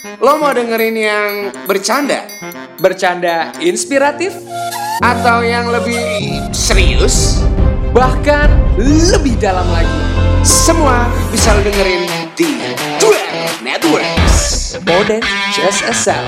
Lo mau dengerin yang bercanda? Bercanda inspiratif, Atau yang lebih serius? bahkan lebih dalam lagi. Semua bisa lo dengerin di Duet Networks. More than just a sound.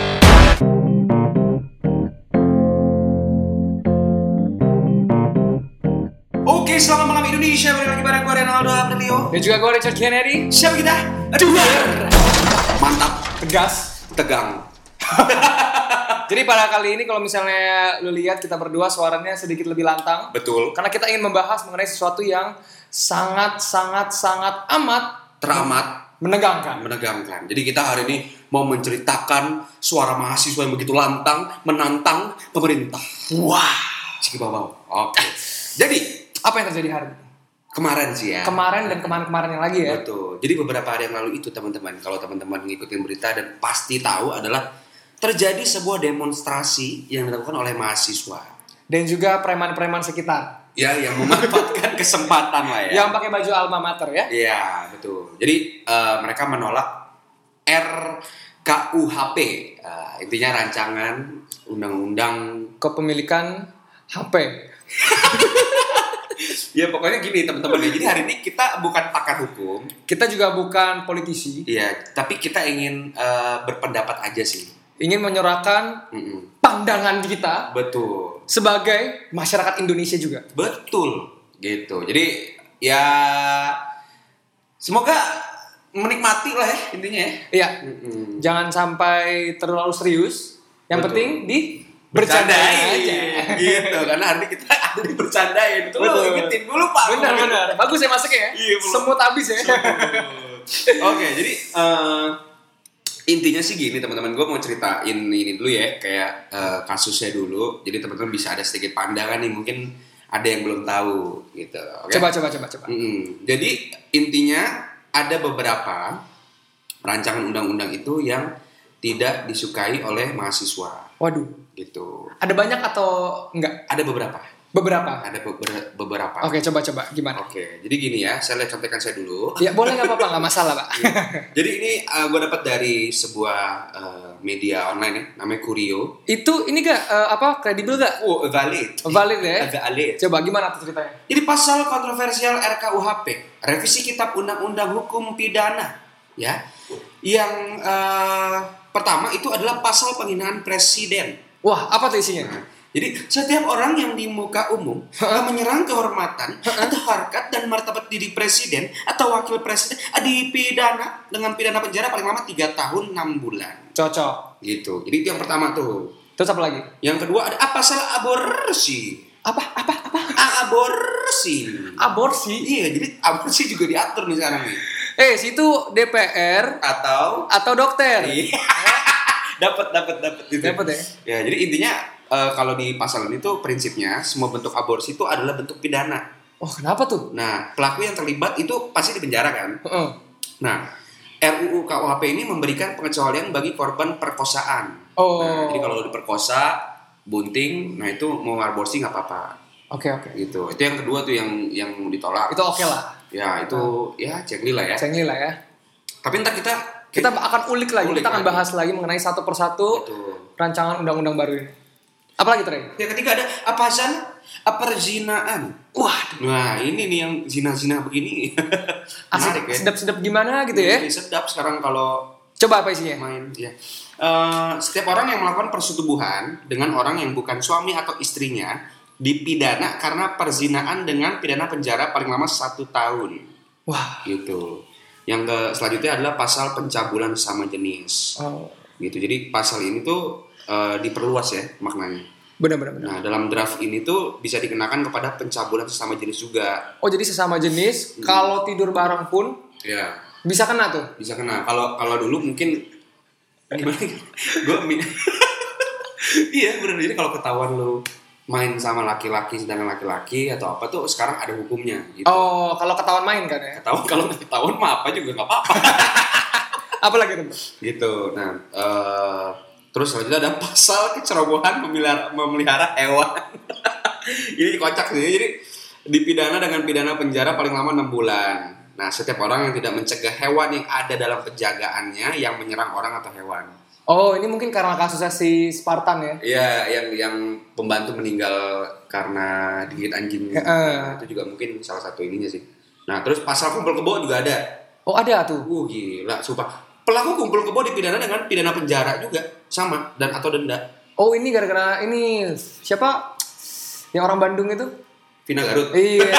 Oke, selamat malam Indonesia. Balik lagi bareng gue Renaldo Aprilio. Dan juga gue Richard Kennedy. Siapa kita? Duer. Mantap, Tegas. tegang. Jadi pada kali ini kalau misalnya lu lihat kita berdua suaranya sedikit lebih lantang. Betul. Karena kita ingin membahas mengenai sesuatu yang sangat amat Teramat menegangkan. Jadi kita hari ini mau menceritakan suara mahasiswa yang begitu lantang menantang pemerintah. Wah. Ciki bau. Oke. Jadi Apa yang terjadi hari ini? kemarin sih ya. Kemarin dan kemarin yang lagi ya. Betul. Jadi beberapa hari yang lalu itu teman-teman, kalau teman-teman ngikutin berita dan pasti tahu adalah terjadi sebuah demonstrasi yang dilakukan oleh mahasiswa. Dan juga preman-preman sekitar. Ya, yang memanfaatkan kesempatan lah ya. Yang pakai baju alma mater ya. Iya, betul. Jadi mereka menolak RKUHP. Intinya rancangan undang-undang. Kepemilikan HP. Ya pokoknya gini teman-teman ya. Jadi hari ini kita bukan pakar hukum. Kita juga bukan politisi. Iya, tapi kita ingin berpendapat aja sih. Ingin menyuarakan pandangan kita Betul. sebagai masyarakat Indonesia juga. Betul. Gitu. Jadi ya semoga menikmati lah ya intinya ya. Iya. Jangan sampai terlalu serius. Yang Betul. penting di bercandain aja. Gitu. Karena hari ini kita ada di bercandain. Itu Betul. lo ingetin gue lupa. Benar. Bagus ya masuknya ya. Iya, belum. Semut habis ya. Oke, jadi intinya sih gini teman-teman, gue mau ceritain ini dulu ya, kayak kasusnya dulu. Jadi teman-teman bisa ada sedikit pandangan nih, mungkin ada yang belum tahu gitu. Oke? Coba. Jadi intinya ada beberapa rancangan undang-undang itu yang tidak disukai oleh mahasiswa. Waduh. Gitu. Ada banyak atau enggak? Ada beberapa. Beberapa. Ada beberapa. Oke, coba gimana? Oke, jadi gini ya, saya lihat contekan saya dulu. Ya boleh nggak apa-apa, nggak masalah pak. Jadi ini gue dapat dari sebuah media online ya, namanya Kurio. Itu ini gak kredibel gak? Oh, valid. Valid ya? Valid. Coba gimana tuh ceritanya? Jadi pasal kontroversial RKUHP, revisi Kitab Undang-Undang Hukum Pidana, ya. Yang pertama itu adalah pasal penghinaan presiden. Wah, apa tuh isinya? Jadi setiap orang yang di muka umum menyerang kehormatan atau harkat dan martabat diri presiden atau wakil presiden dipidana dengan pidana penjara paling lama 3 tahun 6 bulan. Cocok. Gitu. Jadi itu yang pertama tuh. Terus apa lagi? Yang kedua ada pasal aborsi. Apa? Aborsi. Aborsi? Iya, jadi aborsi juga diatur nih sekarang nih. Situ DPR Atau dokter. Iya. dapat gitu. Dapat ya? Ya, jadi intinya kalau di pasal ini tuh prinsipnya semua bentuk aborsi itu adalah bentuk pidana. Oh, kenapa tuh? Nah, pelaku yang terlibat itu pasti dipenjara kan? Nah, RUU KUHP ini memberikan pengecualian bagi korban perkosaan. Oh. Nah, jadi kalau diperkosa, bunting, nah itu mau aborsi nggak apa-apa. Oke. Gitu. Itu yang kedua tuh yang ditolak. Itu oke lah. Ya, itu ya cengli lah ya. Cengli lah ya. Tapi ntar Kita akan ulik lagi. Kita akan bahas lagi mengenai satu persatu Betul. rancangan undang-undang baru ini. Apalagi Trey? Yang ketiga ada perzinaan. Wah, nah ini nih yang zina-zina begini. Asik, Menarik ya. sedap-sedap gimana gitu ya? Ini sedap sekarang kalau Coba apa isinya? main ya. Setiap orang yang melakukan persetubuhan dengan orang yang bukan suami atau istrinya dipidana karena perzinaan dengan pidana penjara paling lama 1 tahun. Wah. Gitu. Yang selanjutnya adalah pasal pencabulan sesama jenis. Oh. Gitu. Jadi pasal ini tuh diperluas ya maknanya. Benar. Nah, dalam draft ini tuh bisa dikenakan kepada pencabulan sesama jenis juga. Oh, jadi sesama jenis kalau tidur bareng pun Ya, bisa kena tuh. bisa kena. Kalau dulu mungkin gimana? Iya, benar. Jadi kalau ketahuan lu main sama laki-laki sedangkan laki-laki atau apa tuh sekarang ada hukumnya gitu. Oh, kalau ketahuan main kan ya? Kalau ketahuan mah apa juga nggak apa-apa. Apa lagi tuh? Gitu. Nah, terus selanjutnya ada pasal kecerobohan memelihara hewan. Ini kocak sih. Jadi dipidana dengan pidana penjara paling lama 6 bulan. Nah, setiap orang yang tidak mencegah hewan yang ada dalam penjagaannya yang menyerang orang atau hewan. Oh, ini mungkin karena kasusnya si Spartan ya? Iya, yang pembantu meninggal karena digigit anjing. Nah, itu juga mungkin salah satu ininya sih. Nah, terus pasal kumpul kebo juga ada. Oh, ada tuh. Gila, sumpah. Pelaku kumpul kebo dipidana dengan pidana penjara juga, sama dan atau denda. Oh, ini gara-gara ini siapa? Yang orang Bandung itu? Vina Garut. Iya.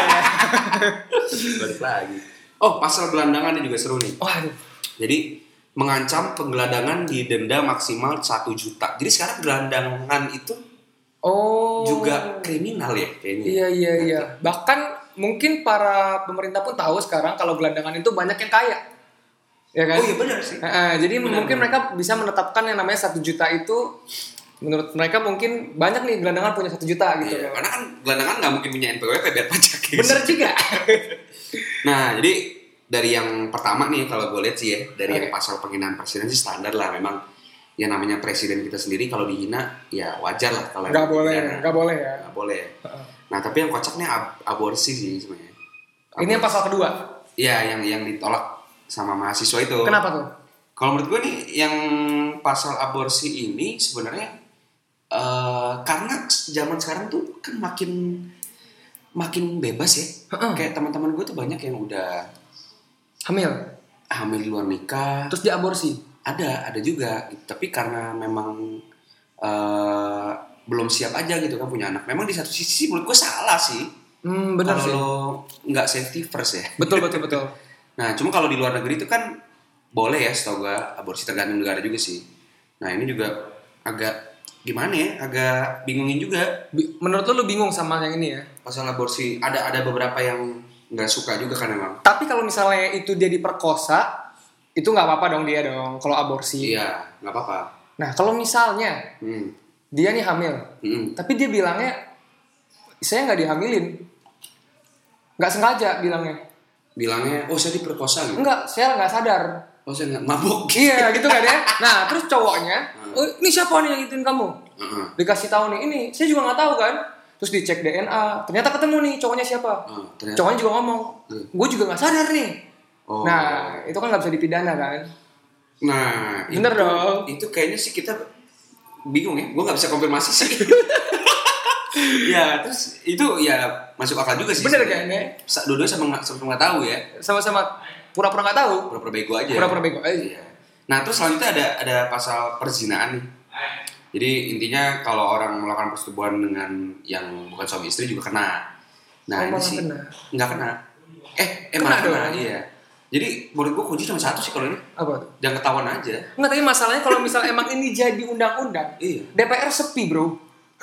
Balik lagi. Oh, pasal gelandangan ini juga seru nih. Waduh. Jadi mengancam penggeladangan didenda maksimal 1 juta. Jadi sekarang gelandangan itu juga kriminal ya kayaknya. Iya. Bahkan mungkin para pemerintah pun tahu sekarang kalau gelandangan itu banyak yang kaya. Ya kan? Oh iya benar sih. Jadi mungkin mereka bisa menetapkan yang namanya 1 juta itu, menurut mereka mungkin banyak nih gelandangan punya 1 juta gitu. Iya, karena kan gelandangan nggak mungkin punya NPWP biar pajak. Bener juga. Nah, jadi dari yang pertama nih kalau gue lihat sih ya, dari yang pasal penghinaan presiden sih standar lah memang. Yang namanya presiden kita sendiri kalau dihina ya wajar lah kalau nggak boleh ya. Nggak boleh. Nah, tapi yang kocaknya aborsi sih sebenarnya. Ini yang pasal kedua. Iya, yang ditolak sama mahasiswa itu. Kenapa tuh? Kalau menurut gue nih yang pasal aborsi ini sebenarnya karena zaman sekarang tuh kan makin bebas ya. Kayak teman-teman gue tuh banyak yang udah hamil di luar nikah. Terus diaborsi? Ada juga. Tapi karena memang belum siap aja gitu kan punya anak. Memang di satu sisi menurut gue salah sih. Benar sih. Kalau nggak safety first ya. Betul. Nah, cuma kalau di luar negeri itu kan boleh ya setahu gue, aborsi tergantung negara juga sih. Nah, ini juga agak gimana ya? Agak bingungin juga. Menurut lu bingung sama yang ini ya? Pasal aborsi. Ada beberapa yang nggak suka juga kan emang. Tapi kalau misalnya itu dia diperkosa, itu nggak apa-apa dong dia dong kalau aborsi. Iya, nggak apa-apa. Nah, kalau misalnya dia nih hamil, tapi dia bilangnya saya nggak dihamilin, nggak sengaja bilangnya, oh saya diperkosa gitu? Enggak, saya nggak sadar. Oh saya nggak mabuk. Iya gitu kan ya. Nah terus cowoknya, oh ini siapa nih yang ituin kamu? Dikasih tahu nih, ini saya juga nggak tahu kan. Terus dicek DNA, ternyata ketemu nih cowoknya siapa. Cowoknya juga ngomong, gue juga nggak sadar nih. Nah itu kan nggak bisa dipidana kan. Nah bener dong. Itu kayaknya sih kita bingung ya. Gue nggak bisa konfirmasi sih. Ya terus itu ya masuk akal juga sih. Bener kan ya. Dua-dua sama nggak tahu ya. Sama-sama pura-pura nggak tahu. Pura-pura bego aja. Iya. Nah terus selanjutnya ada pasal perzinaan nih. Jadi intinya kalau orang melakukan persetubuhan dengan yang bukan suami istri juga kena. Nah ini sih nggak kena. Malah kena. Iya. Jadi menurut gue kunci cuma satu sih kalau ini. Apa tuh? Jangan ketahuan aja. Enggak, tapi masalahnya kalau misalnya emang ini jadi undang-undang, DPR sepi bro.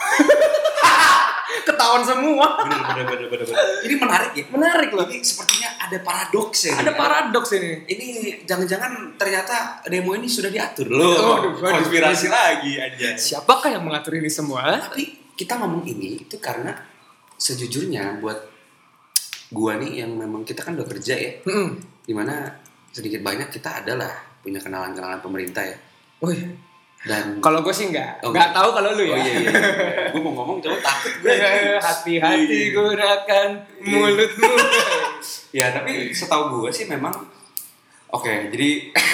Ketahuan semua. Bener. Ini menarik ya. Menarik loh. Ini sepertinya ada paradoks ya. Ada paradoks ini. Ini jangan-jangan ternyata demo ini sudah diatur loh. Konspirasi lagi aja. Siapakah yang mengatur ini semua? Tapi kita ngomong ini itu karena sejujurnya buat gua nih yang memang kita kan udah kerja ya. Dimana sedikit banyak kita adalah punya kenalan-kenalan pemerintah ya. Dan kalau gue sih nggak tahu kalau lu ya. Iya. Gue mau ngomong coba takut gue. Hati-hati gunakan mulutmu. Ya tapi setahu gue sih memang jadi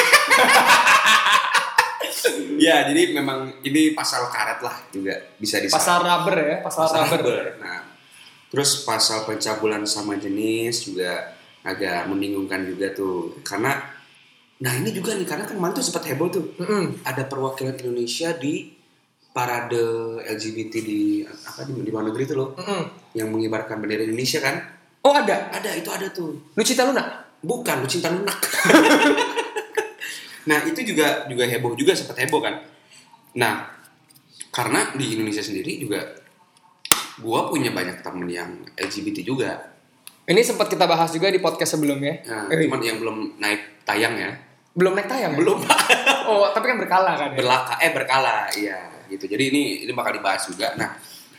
ya jadi memang ini pasal karet lah juga bisa disalahin. Pasal rubber ya, pasal rubber. Nah, terus pasal pencabulan sama jenis juga agak membingungkan juga tuh karena ini juga nih karena kan kemarin tuh sempat heboh tuh. Ada perwakilan Indonesia di parade LGBT di luar negeri tuh loh. Yang mengibarkan bendera Indonesia kan? Oh ada itu ada tuh. Lucinta Luna? Bukan, Lucinta Lunak. Nah itu juga heboh juga sempat heboh kan. Nah karena di Indonesia sendiri juga gua punya banyak temen yang LGBT juga. Ini sempat kita bahas juga di podcast sebelumnya. Nah, cuman yang belum naik tayang ya. Belum naik tayang? Belum. Oh, tapi kan berkala kan ya? Berkala, iya gitu. Jadi ini bakal dibahas juga. Nah,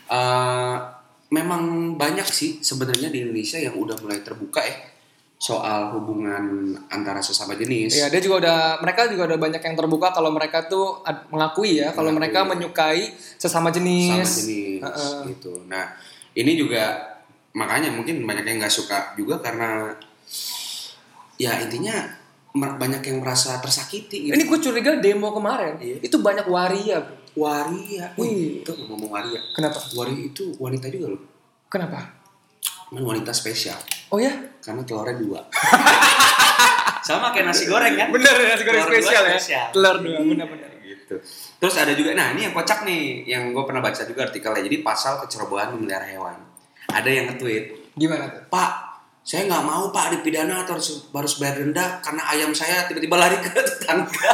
memang banyak sih sebenarnya di Indonesia yang udah mulai terbuka soal hubungan antara sesama jenis. Iya, mereka juga udah banyak yang terbuka kalau mereka tuh mengakui ya kalau mereka menyukai sesama jenis. Gitu. Nah, ini juga makanya mungkin banyak yang nggak suka juga karena ya intinya banyak yang merasa tersakiti gitu. Ini gue curiga demo kemarin itu banyak waria, bro. Waria. Wih. Itu ngomong waria. Kenapa? Waria itu wanita juga loh. Kenapa? Wanita spesial. Oh ya? Karena telurnya 2. Sama kayak nasi goreng kan? Bener, nasi goreng Telur spesial ya. spesial. Telur 2, bener-bener. Gitu. Terus ada juga, nah ini yang kocak nih, yang gue pernah baca juga artikelnya. Jadi pasal kecerobohan memelihara hewan. Ada yang nge-tweet, Gimana tuh? Pak, saya nggak mau Pak dipidana atau harus bayar denda karena ayam saya tiba-tiba lari ke tetangga.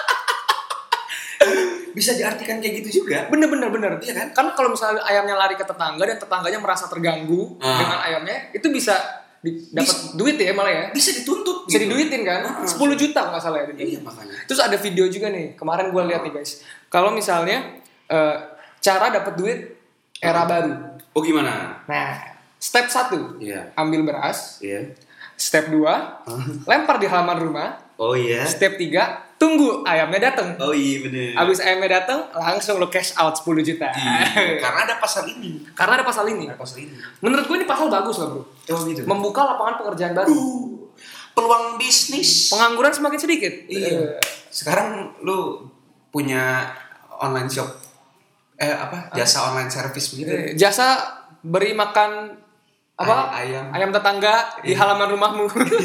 Bisa diartikan kayak gitu juga. Bener. Iya kan? Kan kalau misalnya ayamnya lari ke tetangga dan tetangganya merasa terganggu dengan ayamnya, itu bisa dapat duit ya malah ya. Bisa dituntut. Bisa gitu. diduitin kan? 10 juta nggak salah ya. Iya makanya. Terus ada video juga nih, kemarin gue lihat nih guys. Kalau misalnya cara dapat duit era baru. Oh gimana? Nah, step 1, Iya. ambil beras. Iya. Step 2, lempar di halaman rumah. Oh iya. Step 3, tunggu ayamnya datang. Oh iya bener. Abis ayamnya datang, langsung lo cash out 10 juta. Iya, karena ada pasal ini. Karena ada pasal ini. Menurut gue ini pasal bagus lah bro. Oh gitu. Membuka lapangan pekerjaan baru. Peluang bisnis. Pengangguran semakin sedikit. Iya. Sekarang lu punya online shop. Jasa online service begitu. Jasa beri makan ayam tetangga di halaman rumahmu.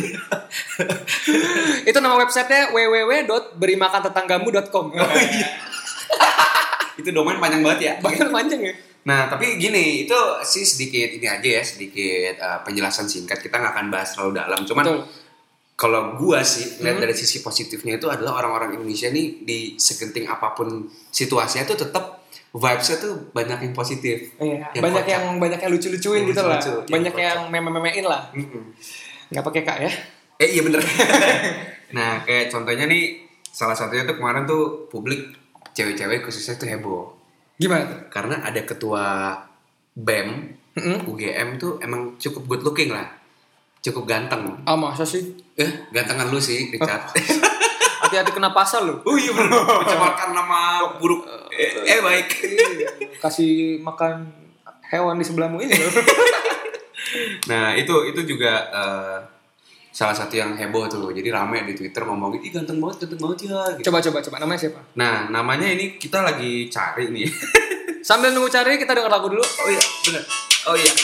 Itu nama websitenya www.berimakantetanggamu.com. Oh, iya. Itu domain panjang banget ya. Panjang ya. Nah tapi gini, itu sih sedikit penjelasan singkat. Kita nggak akan bahas terlalu dalam. Cuman kalau gua sih lihat dari sisi positifnya itu adalah orang-orang Indonesia nih di segenting apapun situasinya tuh tetap vibes-nya tuh banyak yang positif. Iya, banyak yang lucu-lucuin gitu lah. Banyak yang meme-memein lah. Nggak pakai Kak ya? Iya bener. Nah kayak contohnya nih, salah satunya tuh kemarin tuh publik cewek-cewek khususnya tuh heboh. Gimana tuh? Karena ada ketua BEM UGM tuh emang cukup good looking lah, cukup ganteng. Ah masa sih? Gantengan lu sih, Richard. Hati-hati kena pasal lu. Oh iya bener. Mencemarkan nama buruk. Baik. Kasih makan hewan di sebelahmu ini loh. Nah itu juga salah satu yang heboh tuh. Jadi rame di Twitter ngomongin, ih ganteng banget ya. Gitu. Coba. Namanya siapa? Nah namanya ini kita lagi cari nih. Sambil nunggu cari, kita denger lagu dulu. Oh iya bener. Oh iya.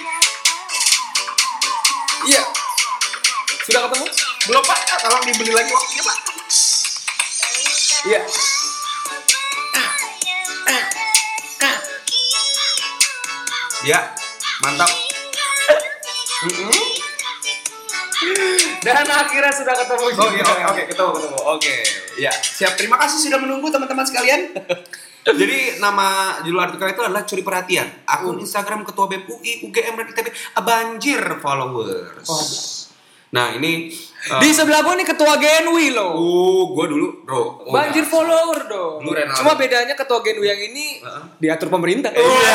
Iya. Sudah ketemu? Belum Pak, tolong dibeli lagi waktunya Pak. Iya. Ya, mantap. Dan akhirnya sudah ketemu juga. Oke, ketemu. Oke. Ya, siap. Terima kasih sudah menunggu teman-teman sekalian. Jadi nama judul artikel itu adalah Curi Perhatian. Akun Instagram Ketua BEM UI, UGM dan ITB banjir followers. Nah, ini di sebelah gua nih ketua Genwi loh. Gua dulu, bro. Banjir follower dong. Cuma bedanya ketua Genwi yang ini diatur pemerintah.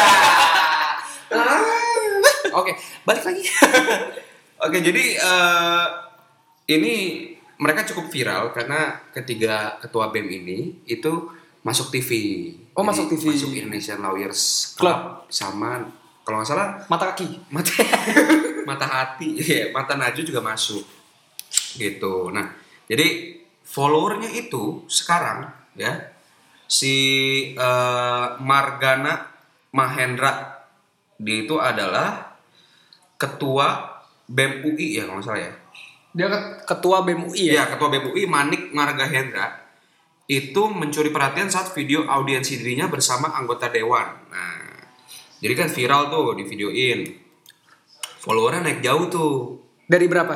Oke, balik lagi. Oke, jadi ini mereka cukup viral karena ketiga ketua BEM ini itu masuk TV. Oh, masuk TV. Masuk Indonesian Lawyers Club sama kalau nggak salah mata kaki. Mata hati, mata Najwa juga masuk gitu. Nah, jadi followernya itu sekarang ya si Margana Mahendra, dia itu adalah ketua BEM UI ya kalau nggak salah ya. Dia ketua BEM UI ya? Ya, ketua BEM UI Manik Margahendra itu mencuri perhatian saat video audiensi dirinya bersama anggota dewan. Nah, jadi kan viral tuh di videoin. Followernya naik jauh tuh. Dari berapa?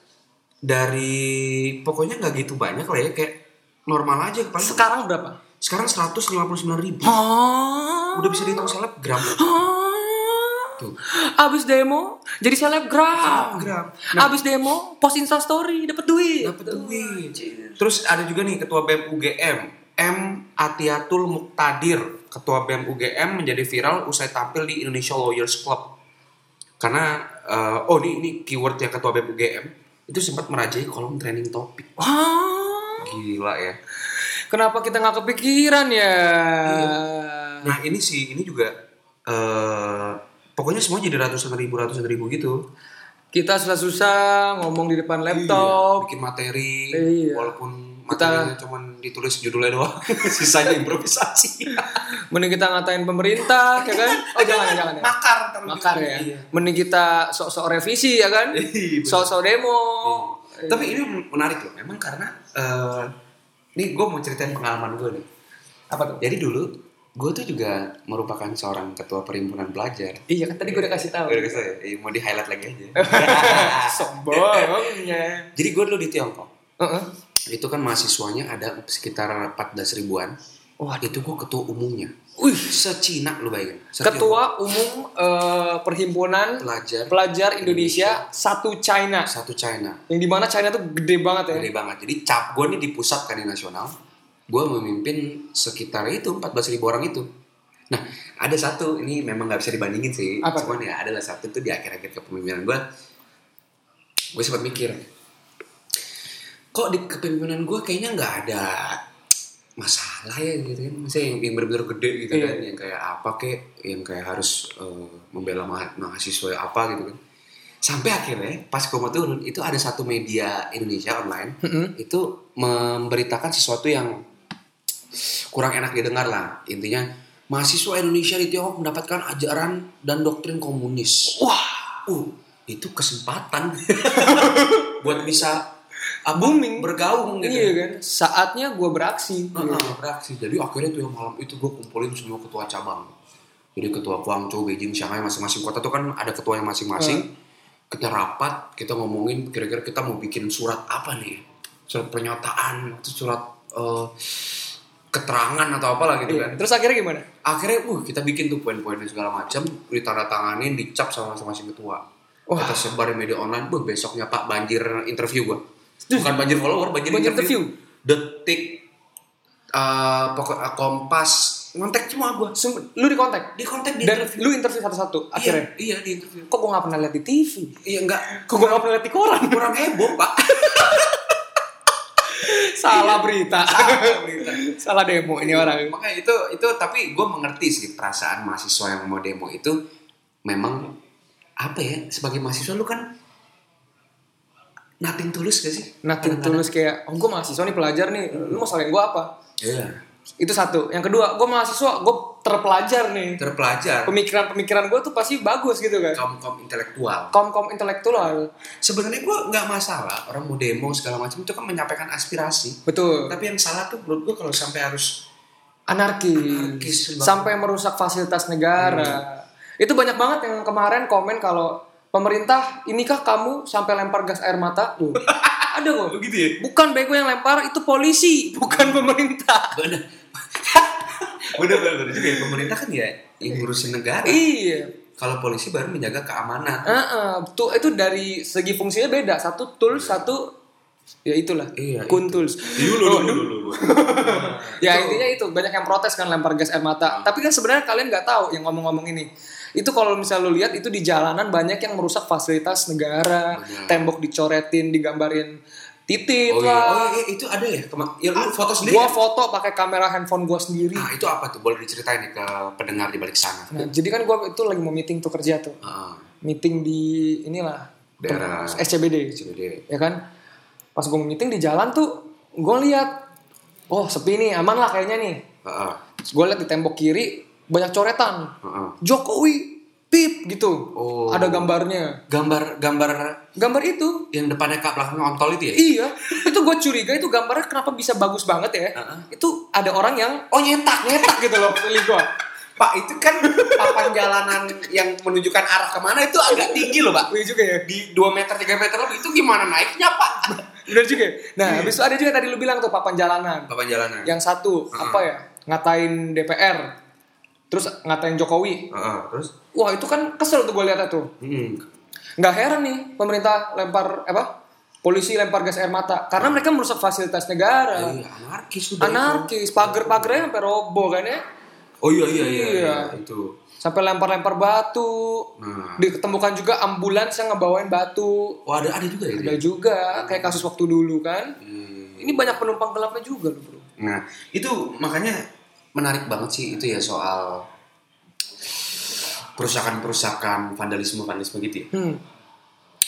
Dari pokoknya nggak gitu banyak lah ya, kayak normal aja. Sekarang berapa? Sekarang 159.000. Udah bisa dihitung selebgram. Tuh. Abis demo jadi selebgram. Nah, abis demo post Instastory dapat duit. Terus ada juga nih ketua BEM UGM M Atiatul Muqtadir. Ketua BEM UGM menjadi viral usai tampil di Indonesia Lawyers Club. Karena ini keyword yang ketua BEM UGM itu sempat merajai kolom trending topik. Gila ya. Kenapa kita nggak kepikiran ya? Iya. Nah ini juga pokoknya semua jadi ratusan ribu gitu. Kita susah-susah ngomong di depan laptop. Bikin materi, walaupun Kita materinya cuma ditulis judulnya doang, sisanya improvisasi. mending kita ngatain pemerintah, ya kan? Oh jangan ya. Makar ya. Iya. Mending kita sok-sok revisi, ya kan? Sok-sok demo. Tapi ini menarik loh, memang karena nih gue mau ceritain pengalaman gue nih. Apa tuh? Jadi dulu gue tuh juga merupakan seorang ketua perhimpunan pelajar. Iya kan tadi gue udah kasih tahu. Udah kasih ya? Mau di highlight lagi aja. Sombongnya. Jadi gue dulu di Tiongkok. Itu kan mahasiswanya ada sekitar 14 ribuan. Wah, itu gue ketua umumnya. Wih, se-Cina lu bayangin. Ketua umum perhimpunan pelajar Indonesia satu China. Yang dimana China tuh gede banget ya. Gede banget. Jadi cap gue nih di pusat kan di nasional. Gue memimpin sekitar itu 14.000 orang itu. Nah, ada satu, ini memang gak bisa dibandingin sih. Apa? Cuman ya adalah satu tuh di akhir-akhir kepemimpinan gue sempat mikir, kok di kepemimpinan gue kayaknya gak ada masalah ya gitu kan. Misalnya yang bener-bener gede gitu kan. Yang kayak apa kek, yang kayak harus membela mahasiswa apa gitu kan. Sampai akhirnya pas gue mau turun, itu ada satu media Indonesia online itu memberitakan sesuatu yang kurang enak didengar lah. Intinya mahasiswa Indonesia di Tiongkok mendapatkan ajaran dan doktrin komunis. Wah, itu kesempatan buat bisa booming, bergaung gitu. Iya kan. Saatnya gue beraksi. Beraksi. Jadi akhirnya tuh yang malam itu gue kumpulin semua ketua cabang. Jadi ketua Guangzhou, Beijing, Shanghai, masing-masing kota tuh kan ada ketuanya masing-masing. Kita rapat, kita ngomongin kira-kira kita mau bikin surat apa nih, surat pernyataan atau surat keterangan atau apalah gitu kan. Terus akhirnya gimana? Akhirnya kita bikin tuh poin-poinnya segala macam, ditandatanganin, dicap sama masing-masing ketua. Kita sebar di media online. Besoknya Pak banjir interview gua. Bukan banjir follower, banjir interview. Detik, Kompas, ngontek semua gua. Lu di kontak? Di dan interview. Lu interview satu-satu akhirnya? Iya di interview. Kok gue gak pernah lihat di TV? Iya enggak. Kok gue gak pernah lihat di koran? Kurang heboh Pak. Salah berita. Salah demo ini orang. Makanya itu tapi gue mengerti sih perasaan mahasiswa yang mau demo itu. Memang apa ya, sebagai mahasiswa lu kan nothing tulus gak sih? Nothing tulus kayak, gue mahasiswa nih, pelajar nih, lu mau salahin gue apa? Iya. Itu satu. Yang kedua, gue mahasiswa, gue terpelajar nih. Pemikiran gue tuh pasti bagus gitu kan. Kaum intelektual. Sebenarnya gue nggak masalah orang mau demo segala macam, itu kan menyampaikan aspirasi. Betul. Tapi yang salah tuh menurut gue kalau sampai harus anarkis sampai merusak fasilitas negara. Itu banyak banget yang kemarin komen kalau pemerintah, inikah kamu sampai lempar gas air mata? Ada kok. Begitu ya? Bukan bego yang lempar, itu polisi, bukan pemerintah. Bener juga ya, pemerintah kan ya yang ngurusin negara. Iya. Kalau polisi baru menjaga keamanan. Tuh itu dari segi fungsinya beda. Satu tools, satu ya itulah. Iya. Kuntools. Dulu. Ya intinya itu, banyak yang protes kan lempar gas air mata. Tapi kan sebenarnya kalian nggak tahu yang ngomong-ngomong ini. Itu kalau misalnya lu lihat itu di jalanan banyak yang merusak fasilitas negara. Tembok dicoretin, digambarin titik lah. Iya, itu ada ya? Ya lu foto sendiri? Gua foto pakai kamera handphone gua sendiri. Nah, itu apa tuh? Boleh diceritain nih ke pendengar di balik sana. Nah, jadi kan gua itu lagi mau meeting tuh kerja tuh. Meeting di inilah daerah SCBD. Ya kan? Pas gua mau meeting di jalan tuh gua lihat, oh sepi nih, aman lah kayaknya nih. Gua lihat di tembok kiri banyak coretan. Jokowi pip gitu. Ada gambarnya. Gambar itu yang depannya kap belakangnya ontol itu ya? Iya. Itu gue curiga itu gambarnya kenapa bisa bagus banget ya? Itu ada orang yang nyetak gitu loh pilih gue. Pak, itu kan papan jalanan yang menunjukkan arah kemana itu agak tinggi loh, Pak. Iya juga ya. Di 2 meter 3 meter lebih itu gimana naiknya, Pak? Benar juga. Nah, habis itu ada juga tadi lu bilang tuh papan jalanan. Yang satu apa ya? Ngatain DPR. Terus ngatain Jokowi. Terus? Wah itu kan kesel tuh gue liatnya tuh. Nggak heran nih pemerintah polisi lempar gas air mata. Karena mereka merusak fasilitas negara. Anarkis. Pagar-pagarnya sampai roboh kan ya. Oh iya. Itu. Sampai lempar-lempar batu. Ditemukan juga ambulans yang ngebawain batu. Oh ada juga ya? Ada juga. Kayak kasus waktu dulu kan. Ini banyak penumpang gelapnya juga loh bro. Nah itu makanya menarik banget sih itu ya soal perusakan vandalisme gitu ya.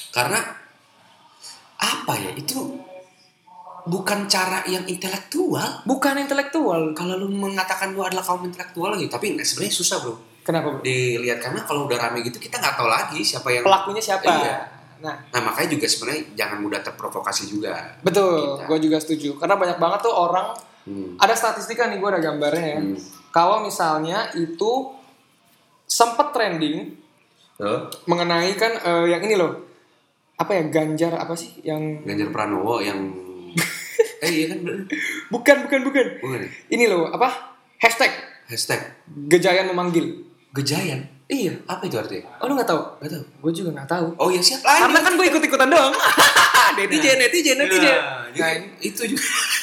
Karena apa ya, itu bukan cara yang intelektual. Bukan intelektual. Kalau lu mengatakan lu adalah kaum intelektual gitu, tapi sebenarnya susah bro. Kenapa bro? Dilihat, karena kalau udah rame gitu kita nggak tahu lagi siapa yang Pelakunya siapa. Iya. Nah Makanya juga sebenarnya jangan mudah terprovokasi juga. betul, Kita. gue juga setuju. Karena banyak banget tuh orang, ada statistika nih, gue ada gambarnya ya. Kalau misalnya itu sempet trending mengenai kan yang ini loh, apa ya, Ganjar apa sih yang Ganjar Pranowo yang iya kan bener. bukan Bukan. ini loh, apa, hashtag Gejayan memanggil. Gejayan. Iya. Apa itu artinya? Oh lu nggak tahu? Nggak tahu. Gue juga nggak tahu. Oh ya siap lah. Karena kan gue ikut-ikutan dong. netizen. Nah, itu juga.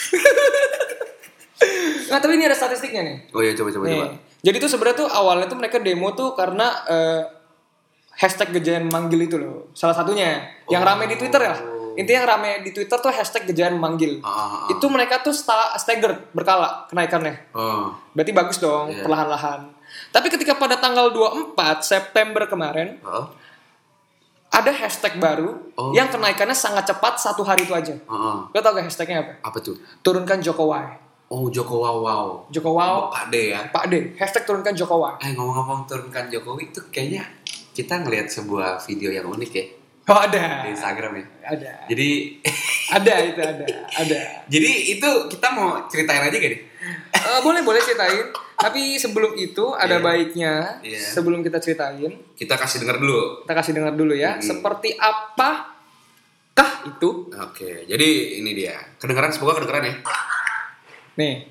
Nah tapi ini ada statistiknya nih. Oh ya coba. Nih. Jadi tuh sebenarnya tuh awalnya tuh mereka demo tuh karena hashtag Gejayan memanggil itu loh. Salah satunya yang rame di Twitter ya. Intinya yang rame di Twitter tuh hashtag Gejayan memanggil. Itu mereka tuh staggered, berkala kenaikannya. Berarti bagus dong, perlahan-lahan. Tapi ketika pada tanggal 24 September kemarin ada hashtag baru yang kenaikannya sangat cepat, 1 hari itu aja. Lo tau gak hashtagnya apa? Apa tuh? Turunkan Jokowi. Oh, Jokowaw. Jokowaw. Pak D ya. Pak D. Hashtag turunkan Jokowi. Ngomong-ngomong turunkan Jokowi itu kayaknya kita ngelihat sebuah video yang unik ya. Oh ada. Di Instagram ya. Ada. Jadi ada. Jadi itu kita mau ceritain aja gak nih? Boleh ceritain. Tapi sebelum itu ada baiknya sebelum kita ceritain, kita kasih dengar dulu ya. Seperti apakah itu? Oke, jadi ini dia. Semoga kedengeran ya. Nih.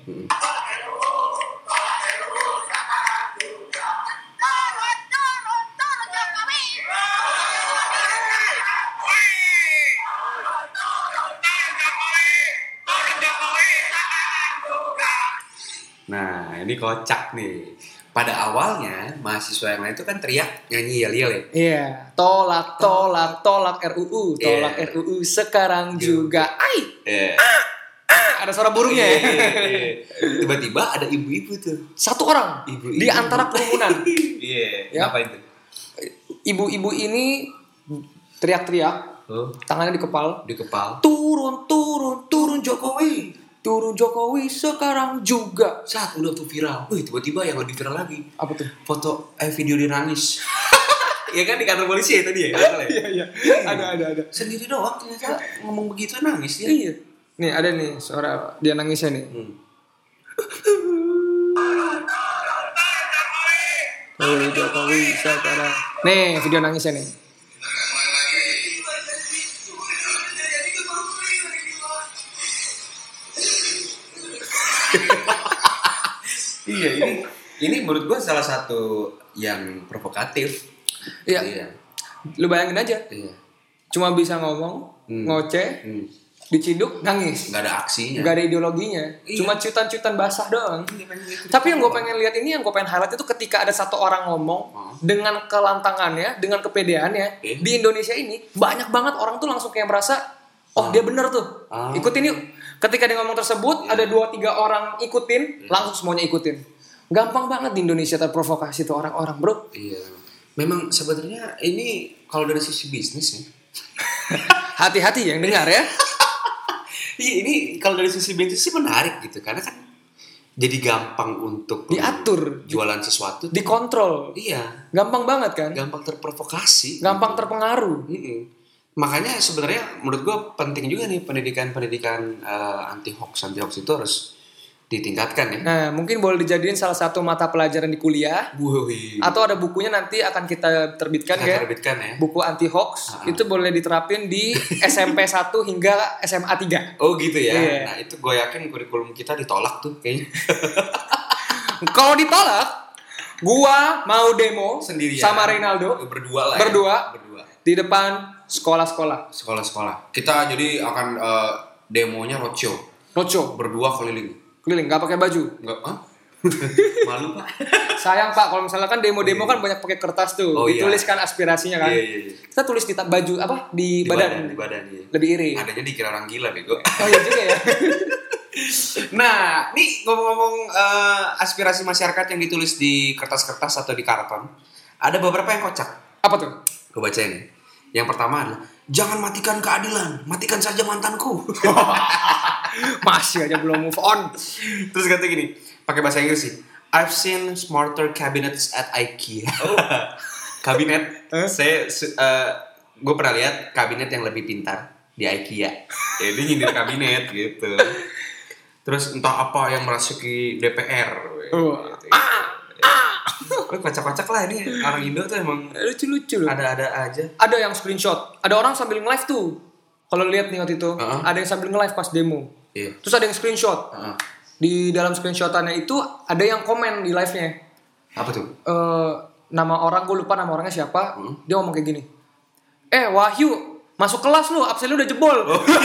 Nah, ini kocak nih. Pada awalnya mahasiswa yang lain itu kan teriak nyanyi yel-yel ya. Iya, tolak RUU, tolak RUU sekarang juga. Ada suara burungnya ya. Tiba-tiba ada ibu-ibu tuh. Satu orang Ibu-ibu. di antara kerumunan. Iya. Ngapain tuh? Ibu-ibu ini teriak-teriak, tangannya di kepal. Turun Jokowi. Turun Jokowi sekarang juga. Saat udah tuh viral. Tiba-tiba yang lebih viral lagi. Apa tuh? Foto video dia nangis. Ya kan di kantor polisi ya tadi ya? Iya. Ada. Sendiri doang ternyata ngomong begitu nangis ya. Iya. Nih ada nih suara dia nangisnya nih. Turun Jokowi sekarang. Nih video nangisnya nih. Iya, ini menurut gue salah satu yang provokatif. Iya. Lu bayangin aja. Iya. Cuma bisa ngomong, ngoceh, diciduk, nangis. Nggak ada aksinya. Nggak ada ideologinya. Iya. Cuma cuitan-cuitan basah doang. Tapi yang gue pengen lihat ini, yang gue pengen highlight itu ketika ada satu orang ngomong dengan kelantangannya, dengan kepedeannya. Di Indonesia ini banyak banget orang tuh langsung kayak merasa, dia bener tuh. Ikutin yuk. Ketika dia ngomong tersebut, ada 2-3 orang ikutin, langsung semuanya ikutin. Gampang banget di Indonesia terprovokasi tuh orang-orang, bro. Iya. Memang sebenarnya ini kalau dari sisi bisnis ya. Hati-hati yang dengar ya. Iya, ini kalau dari sisi bisnis sih menarik gitu. Karena kan jadi gampang untuk diatur, jualan sesuatu. dikontrol. Iya. Gampang banget kan? Gampang terprovokasi. Gampang terpengaruh. Makanya sebenarnya menurut gue penting juga nih pendidikan anti hoax itu harus ditingkatkan ya. Nah, mungkin boleh dijadiin salah satu mata pelajaran di kuliah. Atau ada bukunya nanti akan kita terbitkan ya. Buku anti hoax itu boleh diterapin di SMP 1 hingga SMA 3. Oh gitu ya. Yeah. Nah, itu gue yakin kurikulum kita ditolak tuh kayaknya. Kalau ditolak, gua mau demo sendirian sama Reynaldo berdua di depan sekolah-sekolah. Kita jadi akan demonya roadshow berdua keliling nggak pakai baju. Nggak, malu pak. Sayang pak, kalau misalnya kan demo-demo kan banyak pakai kertas tuh, dituliskan aspirasinya kan. Iya. Kita tulis di baju apa di badan iya. Lebih iri. Adanya dikira orang gila bego. Oh iya juga ya. Nah, nih ngomong-ngomong aspirasi masyarakat yang ditulis di kertas-kertas atau di karton, ada beberapa yang kocak. Apa tuh? Gue bacain nih. Yang pertama adalah Jangan matikan keadilan, matikan saja mantanku. Masih aja belum move on. Terus kata gini, pakai bahasa Inggris sih. I've seen smarter cabinets at IKEA. Kabinet, gue pernah lihat kabinet yang lebih pintar di IKEA. Jadi nyindir kabinet gitu. Terus entah apa yang merasuki DPR. Gitu. Kocak-kocak lah ini orang Indo tuh emang lucu-lucu loh. Ada aja. Ada yang screenshot. Ada orang sambil nge-live tuh. Kalau lihat nih waktu itu, ada yang sambil nge-live pas demo. Iya. Terus ada yang screenshot. Di dalam screenshotannya itu ada yang komen di live-nya. Apa tuh? Nama orang, gue lupa nama orangnya siapa. Dia ngomong kayak gini. Wahyu, masuk kelas lu, absen lu udah jebol.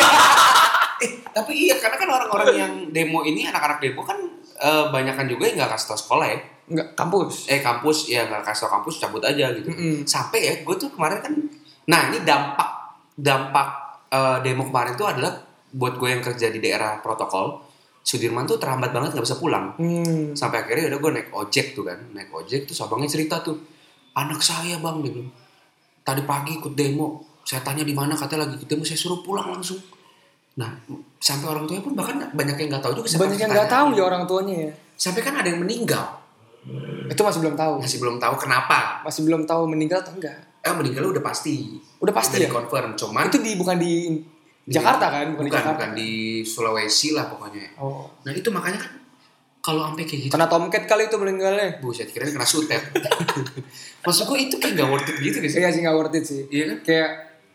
Tapi iya, karena kan orang-orang yang demo ini, anak-anak demo kan banyakan juga yang gak kasih tau sekolah ya. Enggak, kampus. Kampus, ya gak kasih tau kampus, cabut aja gitu. Sampai ya, gue tuh kemarin kan, nah ini dampak demo kemarin tuh adalah buat gue yang kerja di daerah protokol, Sudirman tuh terhambat banget gak bisa pulang. Sampai akhirnya udah gue naik ojek tuh kan. Naik ojek tuh abangnya cerita tuh, anak saya bang, dia bilang, tadi pagi ikut demo. Saya tanya di mana, katanya lagi ikut demo, saya suruh pulang langsung. Nah, sampai orang tuanya pun bahkan banyak yang nggak tahu juga. Banyak yang nggak tahu ya orang tuanya ya. Sampai kan ada yang meninggal. Itu masih belum tahu. Masih belum tahu kenapa. Masih belum tahu meninggal atau enggak. Meninggal udah pasti. Udah pasti ya. Confirm. Cuman itu bukan di Jakarta kan? Bukan di Sulawesi lah pokoknya. Nah itu makanya kan kalau sampai kayak gitu. Kena tomcat kali itu meninggalnya. Buset, kira kena sutet. Maksud gue itu kayak nggak worth it gitu sih. Iya sih nggak worth it sih. Iya kan? Kayak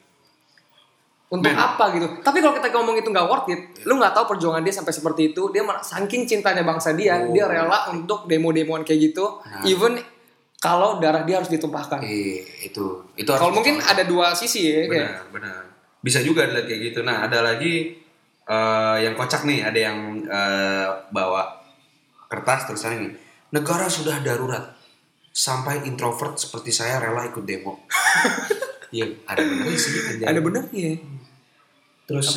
untuk apa gitu. Tapi kalau kita ngomong itu nggak worth it, lu nggak tahu perjuangan dia sampai seperti itu. Dia saking cintanya bangsa dia rela untuk demo-demoan kayak gitu. Even kalau darah dia harus ditumpahkan. Itu kalau mungkin ada dua sisi ya. Benar. Bisa juga ada kayak gitu. Nah ada lagi yang kocak nih. Ada yang bawa kertas tulisannya nih. Negara sudah darurat. Sampai introvert seperti saya rela ikut demo. Iya, ada benernya sih. Ada benernya. Terus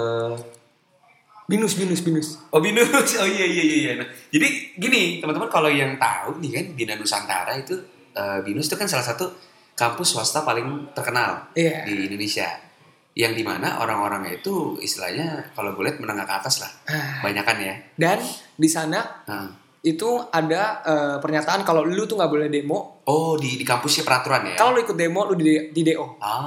binus. Oh binus. Oh iya. Nah, jadi gini teman-teman, kalau yang tahu nih kan Bina Nusantara itu Binus itu kan salah satu kampus swasta paling terkenal di Indonesia. Yang dimana orang-orangnya itu istilahnya kalau gue lihat menengah ke atas lah, banyakan ya. Dan di sana itu ada pernyataan kalau lu tuh nggak boleh demo. Oh di kampusnya peraturan ya. Kalau lu ikut demo lu di DO.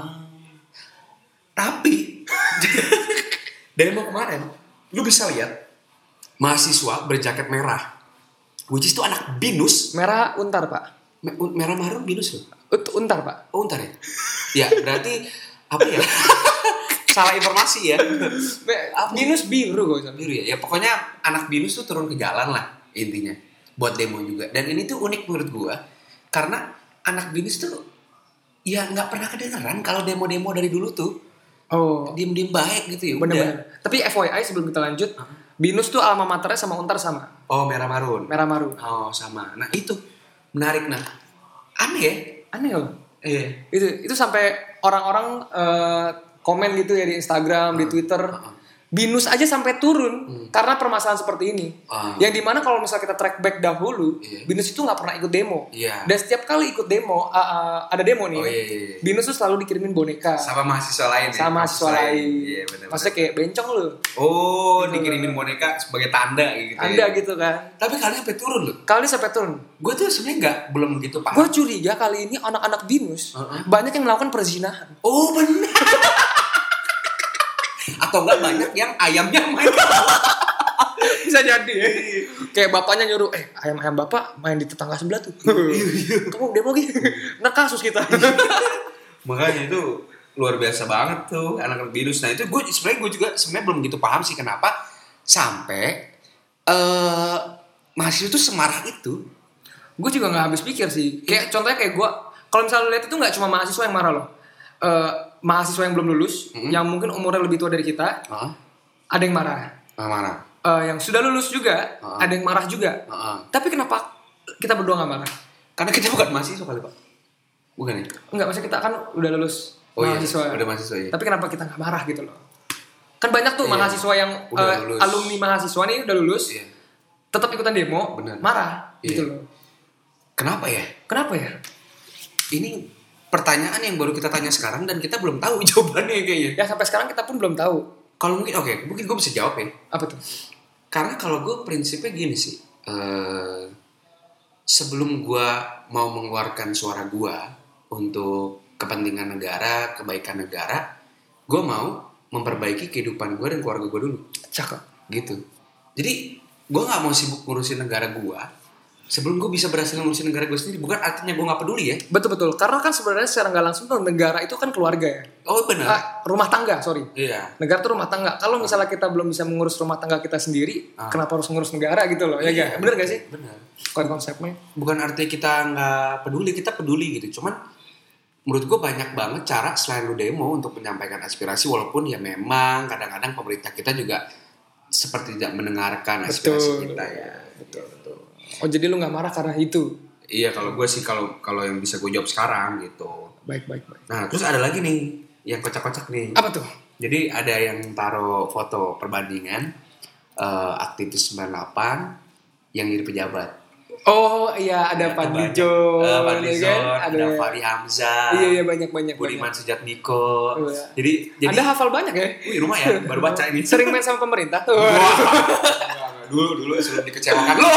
Tapi demo kemarin lu bisa lihat mahasiswa berjaket merah, which is itu anak Binus. Merah Untar pak. Merah marun Binus loh. Untar pak. Oh Untar ya. Ya berarti apa ya? Salah informasi ya. Binus biru kok. Biru ya. Ya pokoknya anak Binus tuh turun ke jalan lah intinya buat demo juga. Dan ini tuh unik menurut gua karena anak Binus tuh ya nggak pernah kedengeran kalau demo-demo dari dulu tuh. Diem-diem baik gitu ya. Bener-bener. Tapi FYI sebelum kita lanjut, Binus tuh alma maternya sama Untar sama. Oh merah marun. Oh sama. Nah itu menarik. Nah aneh loh. Itu sampai orang-orang komen gitu ya di Instagram, di Twitter. Binus aja sampai turun karena permasalahan seperti ini. Yang dimana kalau misalnya kita track back dahulu, Binus itu nggak pernah ikut demo. Dan setiap kali ikut demo, ada demo nih, Binus tuh selalu dikirimin boneka. Sama mahasiswa lain. Iya, maksudnya kayak bencong lu. Gitu dikirimin boneka sebagai tanda gitu. Tanda gitu kan. Tapi kali sampai turun loh. Gue tuh sebenarnya belum gitu paham. Gue curiga kali ini anak-anak Binus banyak yang melakukan perzinahan. Oh benar. Atau enggak banyak yang ayamnya main. Bisa jadi ya. Kayak bapaknya nyuruh, ayam-ayam bapak main di tetangga sebelah tuh. Kamu demo gitu. Nah kasus kita. Makanya itu luar biasa banget tuh anak-anak Binus. Nah itu gue juga sebenarnya belum gitu paham sih kenapa sampai mahasiswa tuh semarah itu. Gue juga nggak habis pikir sih. Kayak contohnya kayak gue, kalau misalnya lihat itu nggak cuma mahasiswa yang marah loh. Mahasiswa yang belum lulus, yang mungkin umurnya lebih tua dari kita, ada yang marah. Yang sudah lulus juga, ada yang marah juga. Tapi kenapa kita berdua nggak marah? Karena kita bukan mahasiswa kali pak. Bukan ya? Enggak, maksudnya kita kan udah lulus mahasiswa. Udah mahasiswa ya. Tapi kenapa kita nggak marah gitu loh? Kan banyak tuh mahasiswa yang alumni mahasiswa nih udah lulus, tetap ikutan demo, marah gitu loh. Kenapa ya? Kenapa ya? Ini pertanyaan yang baru kita tanya sekarang dan kita belum tahu jawabannya kayaknya. Ya sampai sekarang kita pun belum tahu. Kalau mungkin mungkin gue bisa jawab ya. Apa tuh? Karena kalau gue prinsipnya gini sih. Sebelum gue mau mengeluarkan suara gue untuk kepentingan negara, kebaikan negara, gue mau memperbaiki kehidupan gue dan keluarga gue dulu. Cakep. Gitu. Jadi gue nggak mau sibuk ngurusin negara gue sebelum gue bisa berhasil ngurusin negara gue sendiri. Bukan artinya gue nggak peduli ya. Betul. Karena kan sebenarnya secara nggak langsung tuh negara itu kan keluarga ya. Oh benar. Rumah tangga, sorry. Iya. Negara tuh rumah tangga. Kalau misalnya kita belum bisa mengurus rumah tangga kita sendiri, kenapa harus ngurus negara gitu loh? Ya Iya, gak? Bener gak sih? Benar. Konsepnya. Bukan artinya kita nggak peduli, kita peduli gitu. Cuman menurut gue banyak banget cara selain lu demo untuk menyampaikan aspirasi, walaupun ya memang kadang-kadang pemerintah kita juga seperti tidak mendengarkan aspirasi kita ya. Betul. Oh jadi lu nggak marah karena itu? Iya, kalau gue sih kalau yang bisa gue jawab sekarang gitu. Baik. Nah terus ada lagi nih yang kocak-kocak nih. Apa tuh? Jadi ada yang taruh foto perbandingan aktivis 98 yang jadi pejabat. Oh iya, ada Fadlizon, ada Fahri Hamzah. Iya banyak. Budiman Sujatmiko. Iya. Jadi Anda hafal banyak ya? Wih, lumayan, baru baca ini. Sering main sama pemerintah tuh. Dulu sebelum dikecewakan lo.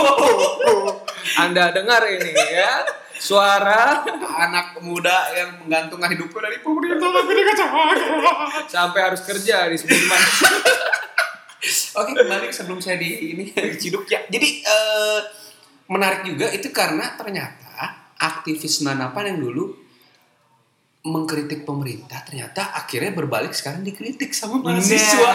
Anda dengar ini ya, suara Anak muda yang menggantungkan hidupku dari pemerintah tapi dikecewakan. sampai harus kerja di Sudirman. Oke, kembali sebelum saya diciduk ya. Jadi menarik juga itu karena ternyata aktivis 98 yang dulu mengkritik pemerintah ternyata akhirnya berbalik sekarang dikritik sama mahasiswa.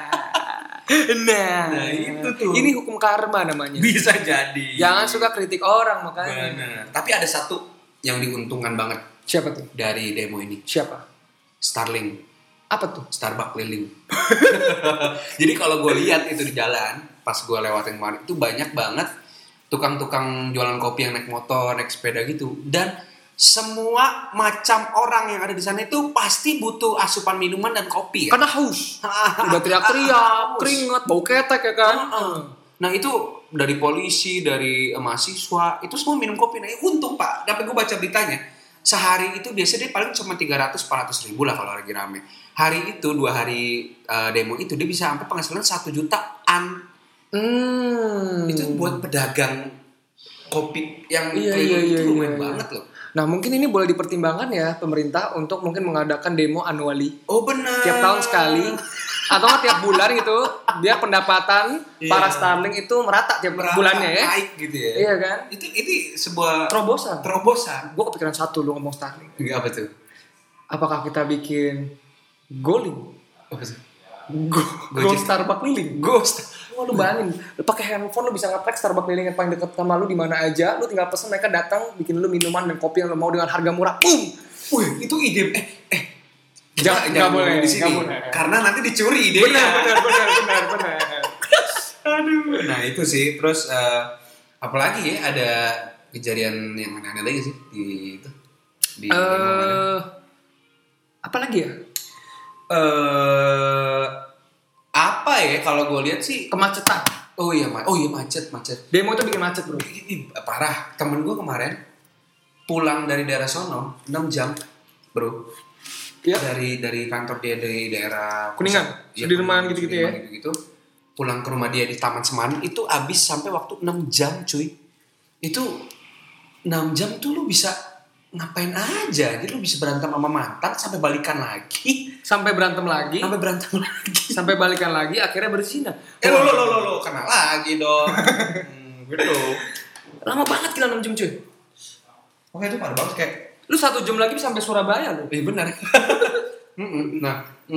Nah, itu tuh. Ini hukum karma namanya. Bisa jadi. Jangan suka kritik orang makanya. Benar. Tapi ada satu yang diuntungkan banget Siapa tuh? dari demo ini. Siapa? Starling. Apa tuh? Starbucks keliling. Jadi kalau gue lihat itu di jalan, pas gue lewatin kemarin itu banyak banget tukang-tukang jualan kopi yang naik motor, naik sepeda gitu. Dan semua macam orang yang ada di sana itu pasti butuh asupan minuman dan kopi ya. Karena haus. Udah teriak-teriak, keringat, bau ketek ya kan. Nah itu dari polisi, dari mahasiswa, itu semua minum kopi. Nah untung Pak, dapat gue baca beritanya. Sehari itu biasanya dia paling cuma 300-400 ribu lah kalau lagi rame. Hari itu, 2 hari demo itu dia bisa sampai penghasilan 1 jutaan. Itu buat pedagang kopi yang keliling itu lumayan banget loh. Nah mungkin ini boleh dipertimbangkan ya pemerintah untuk mungkin mengadakan demo annually. Oh benar. Tiap tahun sekali atau nggak tiap bulan gitu, biar pendapatan para Starling itu merata tiap bulannya ya. Naik gitu ya. Iya kan? Itu sebuah Terobosan. Gue kepikiran satu lu ngomong Starling. Apa tuh? Apakah kita bikin Goling? Apa tuh? Go Starbucks keliling. Wah lu bayangin, lu pakai handphone lu bisa nge-track Starbucks keliling yang paling dekat sama lu di mana aja. Lu tinggal pesen mereka datang bikin lu minuman dan kopi yang lu mau dengan harga murah. Wih, itu ide. Jangan boleh di sini. Karena nanti dicuri idenya. Benar. Aduh. Nah, itu sih. Terus apalagi ya ada kejadian yang aneh-aneh lagi sih di apa lagi ya? Apa ya kalau gue lihat sih Kemacetan. Oh iya macet. Demo itu bikin macet, Bro. Ini parah. Temen gue kemarin pulang dari daerah sono 6 jam, Bro. Iya. Dari kantor dia dari daerah Kuningan, Sudirman gitu-gitu ya. Gitu. Pulang ke rumah dia di Taman Semanin itu habis sampai waktu 6 jam, cuy. Itu 6 jam tuh lu bisa ngapain aja. Jadi lu bisa berantem sama mantan sampai balikan lagi. Sampai berantem lagi. Sampai balikan lagi akhirnya berzina. Lo kena lagi dong. Gitu. Lama banget gila 6 jam, cuy. Oke, itu parah banget kayak lu 1 jam lagi sampai Surabaya lu. Benar. Nah,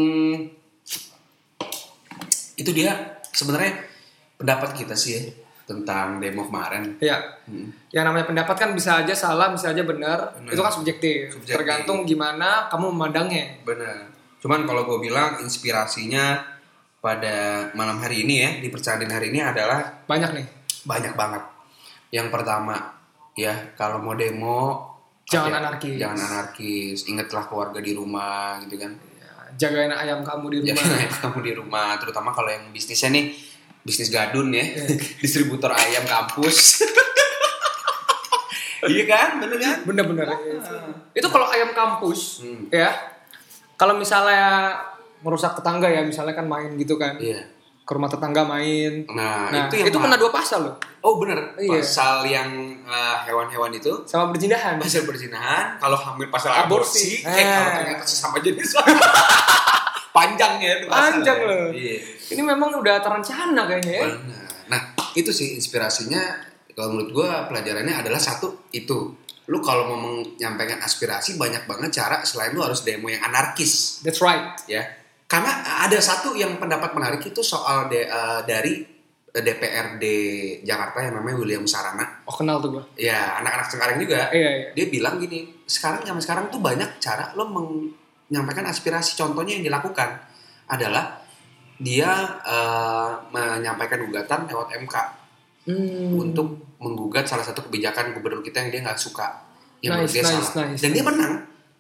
itu dia sebenarnya pendapat kita sih ya tentang demo kemarin. Iya. Yang namanya pendapat kan bisa aja salah, bisa aja benar. Itu kan subjektif. Tergantung gimana kamu memandangnya. Benar. Cuman kalau gue bilang inspirasinya pada malam hari ini ya, di percandaan hari ini adalah banyak banget. Yang pertama ya, kalau mau demo jangan anarkis. Ingatlah keluarga di rumah gitu kan. Jagain ayam kamu di rumah. Terutama kalau yang bisnisnya nih bisnis gadun ya. Distributor ayam kampus. Iya kan, bener kan? Bener-bener. Itu kalau ayam kampus, ya. Kalau misalnya merusak tetangga ya, misalnya kan main gitu kan. Iya. Ke rumah tetangga main. Nah itu kena 2 pasal loh. Oh bener, Iya. pasal yang hewan-hewan itu Sama berzinahan. pasal berzinahan, kalau hamil pasal aborsi, Aborsi. kalau ternyata sesama jenis. Panjang ya itu pasal. Panjang loh. Iya. Ini memang udah terencana kayaknya ya. Benar. Nah, itu sih inspirasinya kalau menurut gue pelajarannya adalah satu itu. Lu kalau mau menyampaikan aspirasi banyak banget cara selain lu harus demo yang anarkis. That's right. Ya. Karena ada satu yang pendapat menarik itu soal dari DPRD Jakarta yang namanya William Sarana. Oh kenal tuh gua. Ya, anak-anak Cengkareng juga. Iya. Dia bilang gini, zaman sekarang tuh banyak cara lo menyampaikan aspirasi. Contohnya yang dilakukan adalah dia menyampaikan gugatan lewat MK untuk menggugat salah satu kebijakan gubernur kita yang dia nggak suka, yang menurut dia salah. Dan dia menang.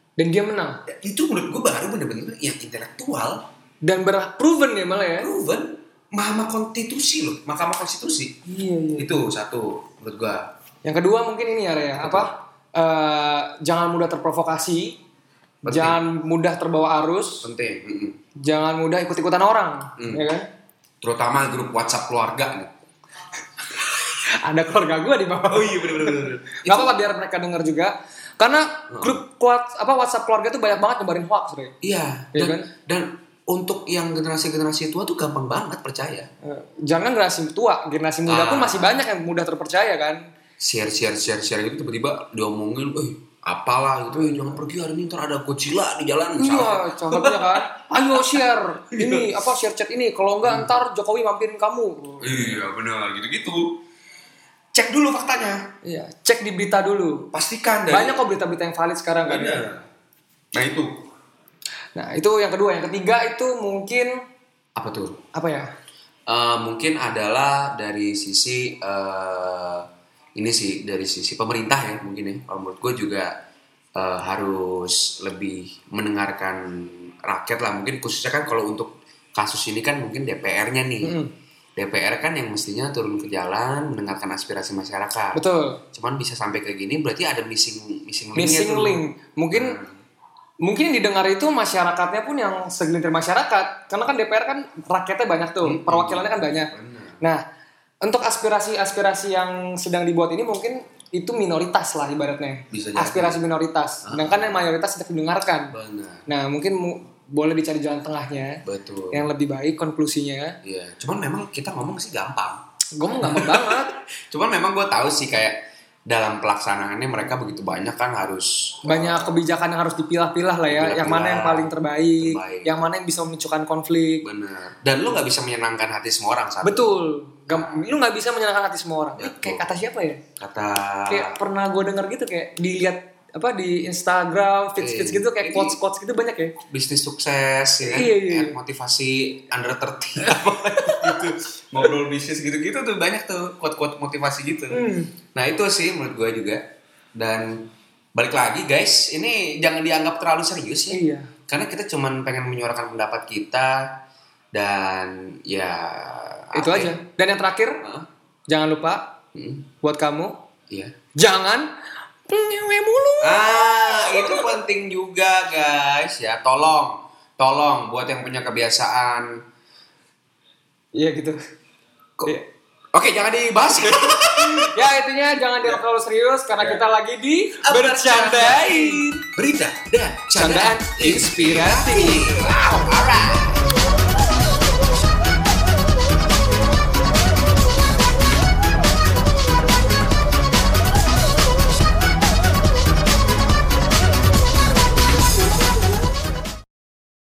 Itu menurut gue baru bener-bener yang intelektual dan proven ya malah ya. Proven. Mahkamah Konstitusi loh, Mahkamah Konstitusi. Iya. Itu satu menurut gue. Yang kedua mungkin ini ya apa? Jangan mudah terprovokasi. Penting. Jangan mudah terbawa arus. Penting. Jangan mudah ikut-ikutan orang, ya kan? Terutama grup WhatsApp keluarga nih. Ada keluarga gue di bawah. Oh iya benar. Gak apa-apa biar mereka dengar juga. Karena grup WhatsApp keluarga tuh banyak banget nyebarin hoax, Re. Iya. Dan untuk yang generasi tua tuh gampang banget percaya. Jangan generasi tua, generasi muda pun masih banyak yang mudah terpercaya kan. Share gitu tiba-tiba diomongin, apalah gitu, jangan pergi hari ini ntar ada Godzilla di jalan. Iya, contohnya kan, ayo share ini share chat ini, kalau enggak ntar Jokowi mampirin kamu. Iya benar, gitu-gitu. Cek dulu faktanya. Iya, cek di berita dulu. Pastikan dari... Banyak kok berita-berita yang valid sekarang kan. Nah itu. Nah itu yang kedua, yang ketiga itu mungkin apa tuh? Apa ya? Mungkin adalah dari sisi ini sih dari sisi pemerintah ya mungkin ya. Kalau menurut gue juga harus lebih mendengarkan rakyat lah. Mungkin khususnya kan kalau untuk kasus ini kan mungkin DPR-nya nih. DPR kan yang mestinya turun ke jalan mendengarkan aspirasi masyarakat. Betul. Cuman bisa sampai kayak gini berarti ada missing link. Mungkin yang didengar itu masyarakatnya pun yang segelintir masyarakat. Karena kan DPR kan rakyatnya banyak tuh, perwakilannya kan banyak. Nah, untuk aspirasi yang sedang dibuat ini mungkin itu minoritas lah ibaratnya. Aspirasi minoritas. Sedangkan yang mayoritas tidak didengarkan. Nah, mungkin boleh dicari jalan tengahnya. Betul. Yang lebih baik konklusinya. Iya. Cuman memang kita ngomong sih gampang. Ngomong gampang banget. Cuman memang gue tahu sih kayak dalam pelaksanaannya mereka begitu banyak kan harus banyak kebijakan yang harus dipilah-pilah lah ya. Yang mana yang paling terbaik. Yang mana yang bisa memunculkan konflik. Benar. Dan lu nggak bisa menyenangkan hati semua orang saat betul. Lu nggak bisa menyenangkan hati semua orang. Kayak kata siapa ya? Kayak pernah gue dengar gitu kayak dilihat di Instagram, feeds gitu kayak quotes gitu banyak ya. Bisnis sukses ya. Iya. Motivasi under 30 gitu. Ngobrol bisnis gitu-gitu tuh banyak tuh quote-quote motivasi gitu. Nah, itu sih menurut gue juga. Dan balik lagi guys, ini jangan dianggap terlalu serius ya. Iya. Karena kita cuman pengen menyuarakan pendapat kita dan ya itu aja. Dan yang terakhir, jangan lupa buat kamu, jangan ngewe mulu. Itu penting juga guys ya. Tolong buat yang punya kebiasaan. Iya gitu. Oke, jangan dibahas. Ya intinya jangan dianggap terlalu serius karena kita lagi di bercandain berita dan candaan inspiratif. Wow, alright.